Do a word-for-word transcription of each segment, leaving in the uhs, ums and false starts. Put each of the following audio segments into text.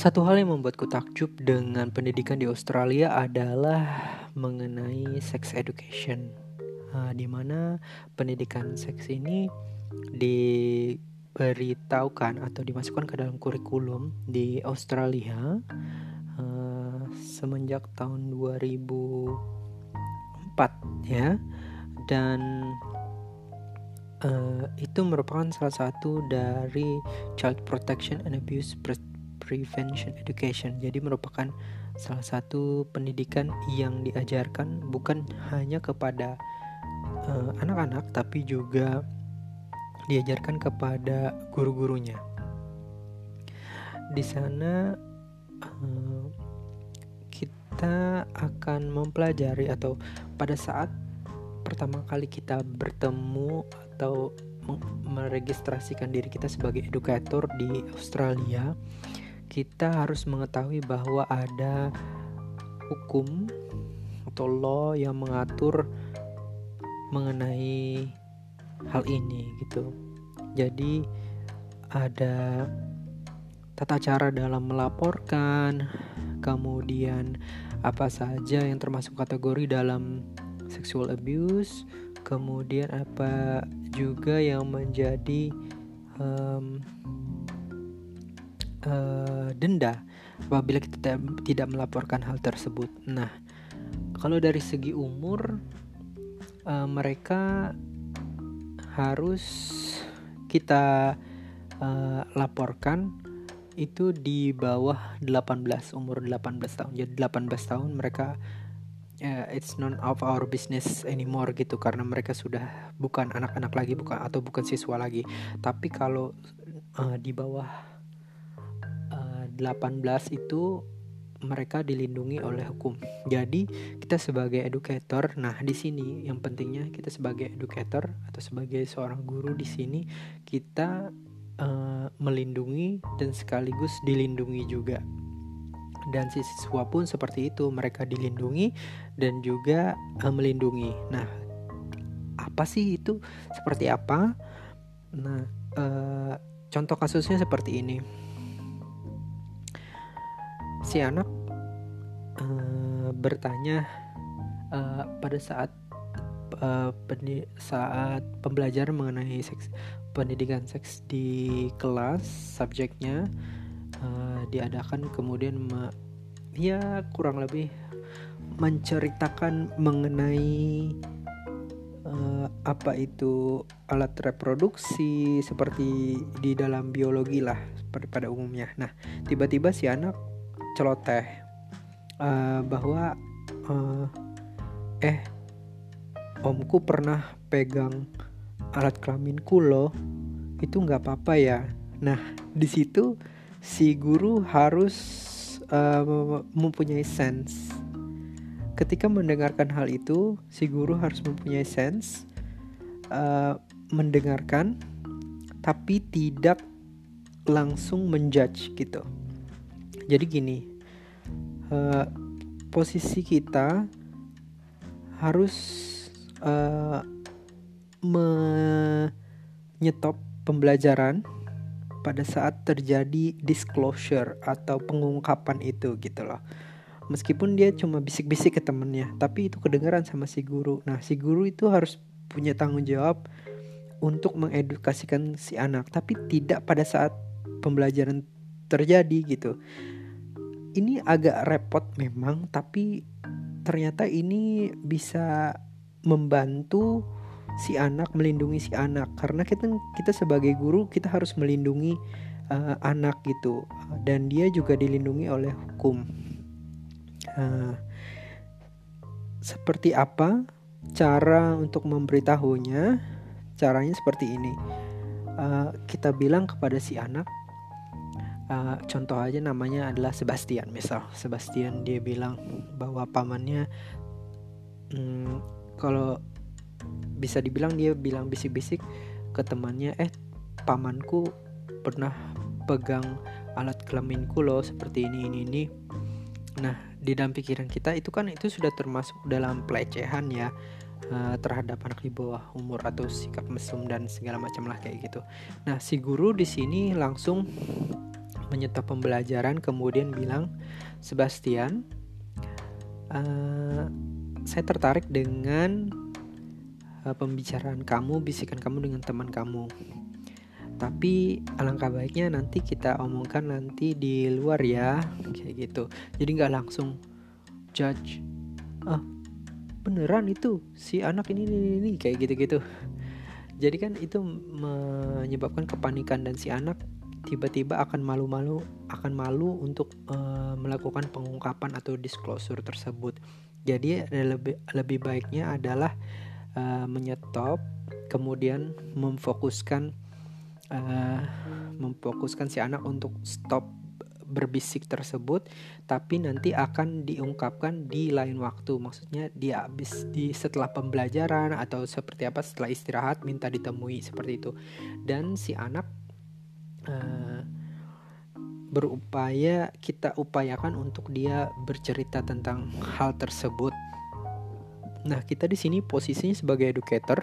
Satu hal yang membuatku takjub dengan pendidikan di Australia adalah mengenai sex education, uh, di mana pendidikan seks ini diberitahukan atau dimasukkan ke dalam kurikulum di Australia uh, semenjak tahun dua ribu empat ya, dan uh, itu merupakan salah satu dari Child Protection and Abuse Prevention Education. Jadi merupakan salah satu pendidikan yang diajarkan bukan hanya kepada uh, anak-anak, tapi juga diajarkan kepada guru-gurunya. Di sana uh, kita akan mempelajari, atau pada saat pertama kali kita bertemu atau meregistrasikan diri kita sebagai edukator di Australia, kita harus mengetahui bahwa ada hukum atau law yang mengatur mengenai hal ini gitu. Jadi ada tata cara dalam melaporkan, kemudian apa saja yang termasuk kategori dalam sexual abuse, kemudian apa juga yang menjadi um, Uh, denda apabila kita tidak melaporkan hal tersebut. Nah, kalau dari segi umur, uh, mereka harus kita uh, laporkan itu di bawah delapan belas, umur delapan belas tahun. Jadi delapan belas tahun mereka uh, it's none of our business anymore gitu, karena mereka sudah bukan anak-anak lagi, bukan atau bukan siswa lagi. Tapi kalau uh, di bawah delapan belas itu mereka dilindungi oleh hukum. Jadi kita sebagai educator, nah di sini yang pentingnya kita sebagai educator atau sebagai seorang guru di sini kita uh, melindungi dan sekaligus dilindungi juga. Dan si siswa pun seperti itu, mereka dilindungi dan juga uh, melindungi. Nah, apa sih itu? Seperti apa? Nah, uh, contoh kasusnya seperti ini. Si anak uh, bertanya uh, pada saat uh, pendi- saat pembelajaran mengenai seks, pendidikan seks di kelas, subjeknya uh, diadakan, kemudian me- ya kurang lebih menceritakan mengenai uh, apa itu alat reproduksi seperti di dalam biologi lah pada umumnya. Nah, tiba-tiba si anak celoteh uh, bahwa uh, eh omku pernah pegang alat kelaminku loh, itu nggak apa-apa ya. Nah, di situ si guru harus uh, mempunyai sense. Ketika mendengarkan hal itu, si guru harus mempunyai sense, uh, mendengarkan tapi tidak langsung menjudge gitu. Jadi gini, uh, posisi kita harus uh, menyetop pembelajaran pada saat terjadi disclosure atau pengungkapan itu gitu loh. Meskipun dia cuma bisik-bisik ke temennya, tapi itu kedengaran sama si guru. Nah, si guru itu harus punya tanggung jawab untuk mengedukasikan si anak, tapi tidak pada saat pembelajaran terjadi gitu. Ini agak repot memang, tapi ternyata ini bisa membantu si anak, melindungi si anak, karena kita kita sebagai guru kita harus melindungi uh, anak gitu, dan dia juga dilindungi oleh hukum. Uh, seperti apa cara untuk memberitahunya? Caranya seperti ini. Uh, kita bilang kepada si anak, Uh, contoh aja namanya adalah Sebastian. Misal Sebastian dia bilang bahwa pamannya hmm, kalau bisa dibilang dia bilang bisik-bisik ke temannya, eh pamanku pernah pegang alat kelaminku loh seperti ini ini ini. Nah, di dalam pikiran kita itu kan itu sudah termasuk dalam pelecehan ya, uh, terhadap anak di bawah umur atau sikap mesum dan segala macam lah kayak gitu. Nah, si guru di sini langsung menyetop pembelajaran, kemudian bilang, Sebastian, uh, saya tertarik dengan uh, pembicaraan kamu, bisikan kamu dengan teman kamu. Tapi alangkah baiknya nanti kita omongkan nanti di luar ya, kayak gitu. Jadi nggak langsung judge, ah beneran itu si anak ini ini, ini kayak gitu-gitu. Jadi kan itu menyebabkan kepanikan dan si anak tiba-tiba akan malu-malu, akan malu untuk uh, melakukan pengungkapan atau disclosure tersebut. Jadi lebih lebih baiknya adalah uh, menyetop, kemudian memfokuskan uh, memfokuskan si anak untuk stop berbisik tersebut, tapi nanti akan diungkapkan di lain waktu. Maksudnya dia habis di setelah pembelajaran atau seperti apa, setelah istirahat minta ditemui seperti itu. Dan si anak uh, berupaya kita upayakan untuk dia bercerita tentang hal tersebut. Nah, kita di sini posisinya sebagai educator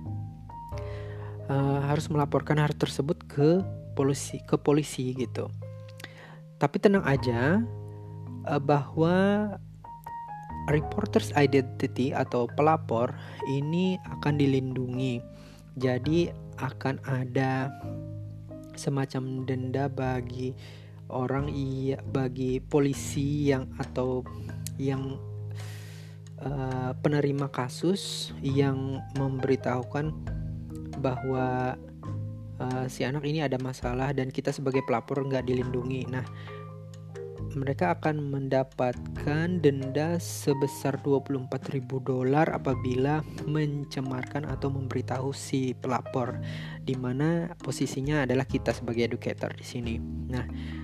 uh, harus melaporkan hal tersebut ke polisi, ke polisi gitu. Tapi tenang aja uh, bahwa reporter's identity atau pelapor ini akan dilindungi. Jadi akan ada semacam denda bagi orang iya bagi polisi yang atau yang uh, penerima kasus yang memberitahukan bahwa Uh, si anak ini ada masalah dan kita sebagai pelapor nggak dilindungi. Nah, mereka akan mendapatkan denda sebesar dua puluh empat ribu dolar apabila mencemarkan atau memberitahu si pelapor, di mana posisinya adalah kita sebagai educator di sini. Nah,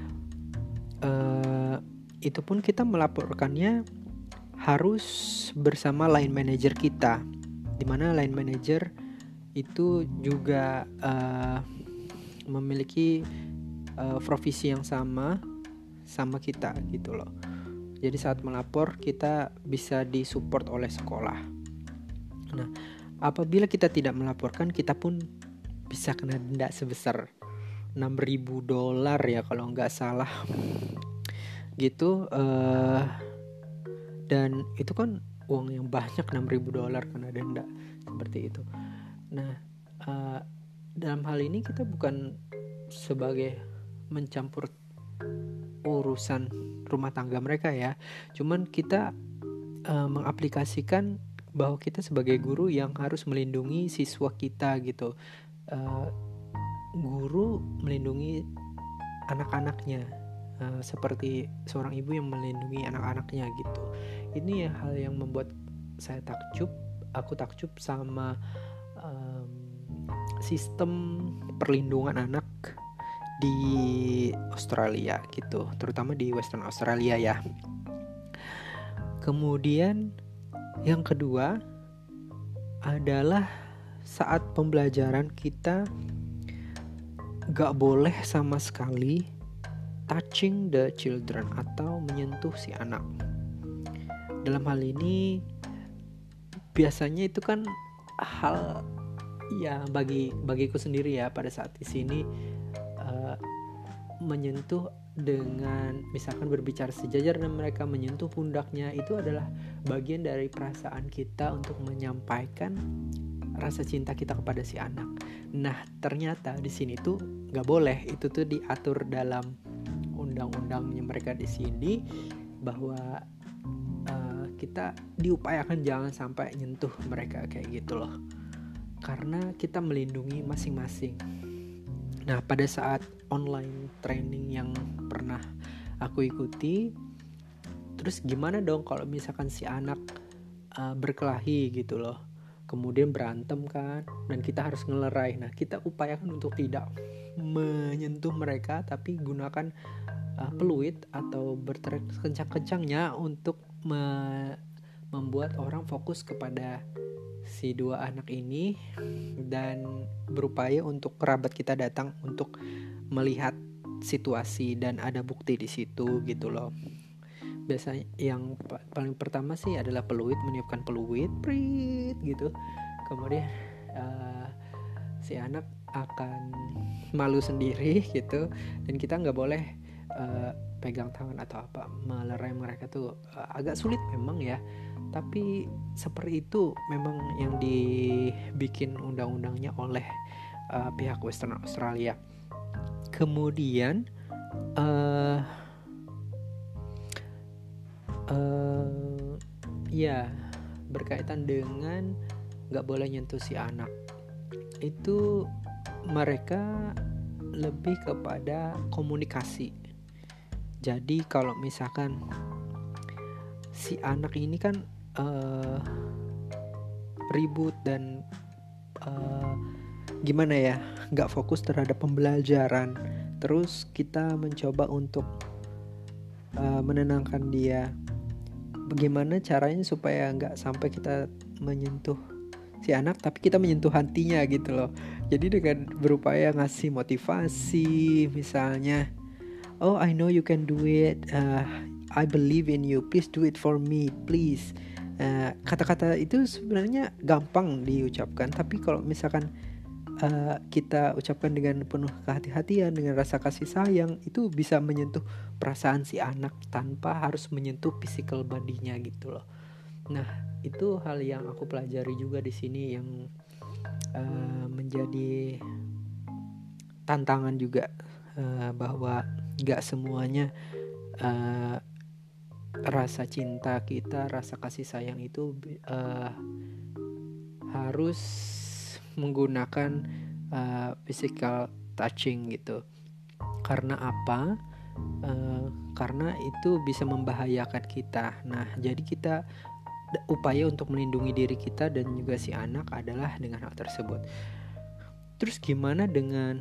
uh, itu pun kita melaporkannya harus bersama line manager kita, di mana line manager itu juga uh, memiliki uh, profesi yang sama sama kita gitu loh. Jadi saat melapor kita bisa disupport oleh sekolah. Nah, apabila kita tidak melaporkan, kita pun bisa kena denda sebesar enam ribu dolar ya kalau nggak salah gitu. Uh, dan itu kan uang yang banyak, enam ribu dolar kena denda seperti itu. Nah, uh, dalam hal ini kita bukan sebagai mencampur urusan rumah tangga mereka ya. Cuman kita uh, mengaplikasikan bahwa kita sebagai guru yang harus melindungi siswa kita gitu. Uh, guru melindungi anak-anaknya, uh, seperti seorang ibu yang melindungi anak-anaknya gitu. Ini hal yang membuat saya takjub. Aku takjub sama Um, sistem perlindungan anak di Australia gitu, terutama di Western Australia ya. Kemudian yang kedua adalah saat pembelajaran kita gak boleh sama sekali touching the children atau menyentuh si anak. Dalam hal ini biasanya itu kan hal ya bagi bagiku sendiri ya, pada saat di sini uh, menyentuh dengan misalkan berbicara sejajar dan mereka menyentuh pundaknya, itu adalah bagian dari perasaan kita untuk menyampaikan rasa cinta kita kepada si anak. Nah, ternyata di sini tuh nggak boleh. Itu tuh diatur dalam undang-undangnya mereka di sini bahwa uh, kita diupayakan jangan sampai nyentuh mereka kayak gitu loh. Karena kita melindungi masing-masing. Nah, pada saat online training yang pernah aku ikuti, terus gimana dong kalau misalkan si anak uh, berkelahi gitu loh, kemudian berantem kan, dan kita harus ngelerai. Nah, kita upayakan untuk tidak menyentuh mereka, tapi gunakan uh, peluit atau berteriak kencang-kencangnya untuk me- membuat orang fokus kepada si dua anak ini dan berupaya untuk kerabat kita datang untuk melihat situasi dan ada bukti di situ gitu loh. Biasanya yang paling pertama sih adalah peluit, meniupkan peluit, prit gitu. Kemudian uh, si anak akan malu sendiri gitu, dan kita nggak boleh uh, pegang tangan atau apa, melerai mereka tuh uh, agak sulit memang ya. Tapi seperti itu memang yang dibikin undang-undangnya oleh uh, pihak Western Australia. Kemudian uh, uh, ya berkaitan dengan nggak boleh nyentuh si anak, itu mereka lebih kepada komunikasi. Jadi kalau misalkan si anak ini kan uh, ribut dan uh, gimana ya, nggak fokus terhadap pembelajaran, terus kita mencoba untuk uh, menenangkan dia. Bagaimana caranya supaya nggak sampai kita menyentuh si anak tapi kita menyentuh hatinya gitu loh. Jadi dengan berupaya ngasih motivasi, misalnya, oh I know you can do it, uh, I believe in you, please do it for me, please. Uh, kata-kata itu sebenarnya gampang diucapkan, tapi kalau misalkan uh, kita ucapkan dengan penuh kehati-hatian, dengan rasa kasih sayang, itu bisa menyentuh perasaan si anak tanpa harus menyentuh physical body-nya gitu loh. Nah, itu hal yang aku pelajari juga di sini, yang uh, menjadi tantangan juga, uh, bahwa gak semuanya uh, rasa cinta kita, rasa kasih sayang itu uh, harus menggunakan uh, physical touching gitu. Karena apa? Uh, karena itu bisa membahayakan kita. Nah, jadi kita upaya untuk melindungi diri kita dan juga si anak adalah dengan hal tersebut. Terus gimana dengan,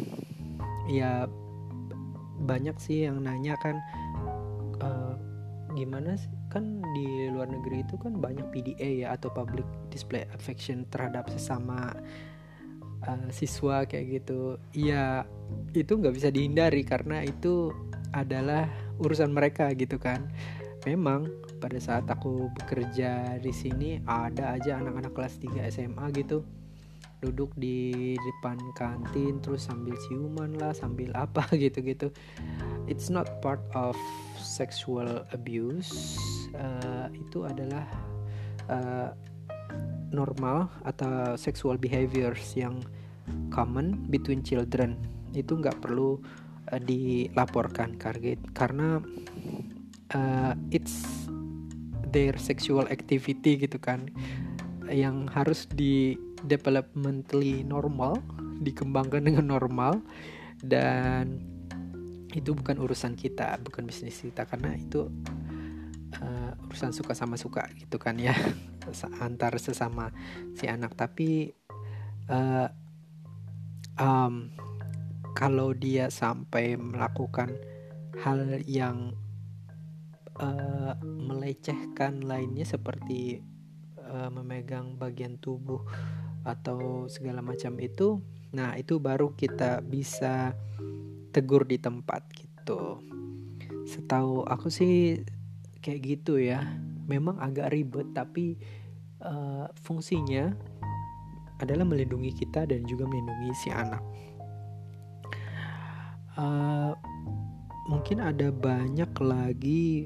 ya banyak sih yang nanya kan, uh, gimana sih, kan di luar negeri itu kan banyak P D A ya, atau public display affection terhadap sesama uh, siswa kayak gitu. Ya itu nggak bisa dihindari karena itu adalah urusan mereka gitu kan. Memang pada saat aku bekerja di sini ada aja anak-anak kelas tiga S M A gitu duduk di depan kantin terus sambil ciuman lah, sambil apa gitu-gitu. It's not part of sexual abuse. Uh, itu adalah uh, normal atau sexual behaviors yang common between children. Itu nggak perlu uh, dilaporkan karena uh, it's their sexual activity gitu kan, yang harus di developmentally normal, dikembangkan dengan normal, dan itu bukan urusan kita, bukan bisnis kita, karena itu uh, urusan suka sama suka gitu kan ya antar sesama si anak. Tapi uh, um, kalau dia sampai melakukan hal yang uh, melecehkan lainnya seperti uh, memegang bagian tubuh atau segala macam itu, nah itu baru kita bisa tegur di tempat gitu. Setahu aku sih kayak gitu ya. Memang agak ribet tapi uh, fungsinya adalah melindungi kita dan juga melindungi si anak. Uh, mungkin ada banyak lagi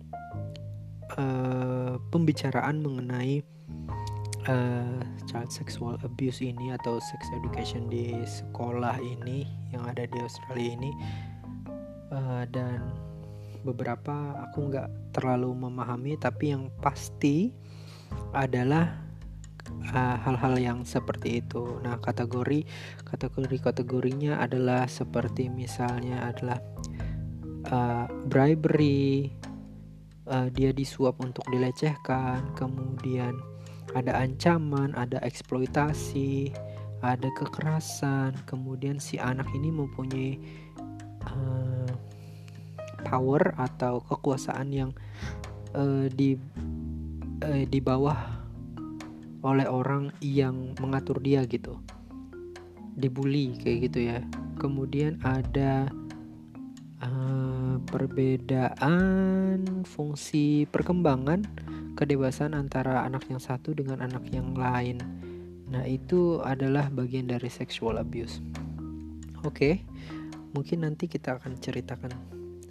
uh, pembicaraan mengenai Uh, child sexual abuse ini atau sex education di sekolah ini yang ada di Australia ini, uh, dan beberapa aku nggak terlalu memahami, tapi yang pasti adalah uh, hal-hal yang seperti itu. Nah, kategori kategori kategorinya adalah seperti misalnya adalah uh, bribery, uh, dia disuap untuk dilecehkan, kemudian ada ancaman, ada eksploitasi, ada kekerasan, kemudian si anak ini mempunyai uh, power atau kekuasaan yang uh, di uh, di bawah oleh orang yang mengatur dia gitu, dibully kayak gitu ya. Kemudian ada uh, perbedaan fungsi perkembangan kedewasaan antara anak yang satu dengan anak yang lain. Nah, itu adalah bagian dari sexual abuse. Oke, mungkin nanti kita akan ceritakan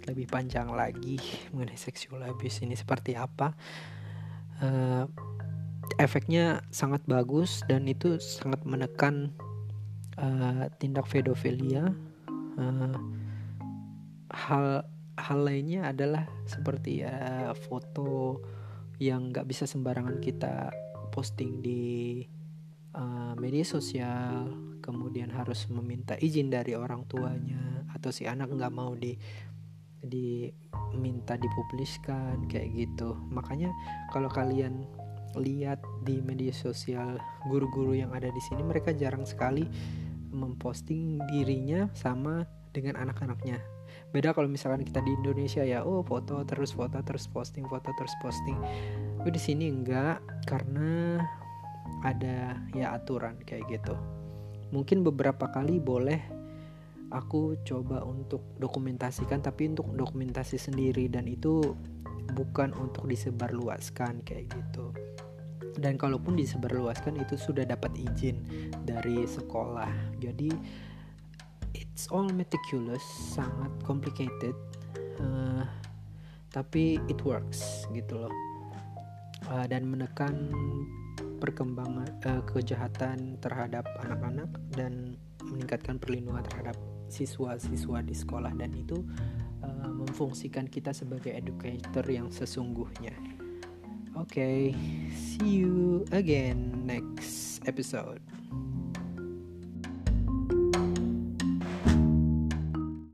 lebih panjang lagi mengenai sexual abuse ini seperti apa. Uh, efeknya sangat bagus dan itu sangat menekan uh, tindak pedofilia. Uh, hal hal lainnya adalah seperti ya foto yang nggak bisa sembarangan kita posting di uh, media sosial, kemudian harus meminta izin dari orang tuanya, atau si anak nggak mau di diminta dipubliskan kayak gitu. Makanya kalau kalian lihat di media sosial guru-guru yang ada di sini, mereka jarang sekali memposting dirinya sama dengan anak-anaknya. Beda kalau misalkan kita di Indonesia ya, oh foto terus foto terus posting, foto terus posting. Tapi di sini enggak, karena ada ya aturan kayak gitu. Mungkin beberapa kali boleh aku coba untuk dokumentasikan, tapi untuk dokumentasi sendiri, dan itu bukan untuk disebarluaskan kayak gitu. Dan kalaupun disebarluaskan itu sudah dapat izin dari sekolah. Jadi it's all meticulous, sangat complicated, uh, tapi it works gitu loh. Uh, dan menekan perkembangan uh, kejahatan terhadap anak-anak dan meningkatkan perlindungan terhadap siswa-siswa di sekolah, dan itu uh, memfungsikan kita sebagai educator yang sesungguhnya. Oke, okay, see you again next episode.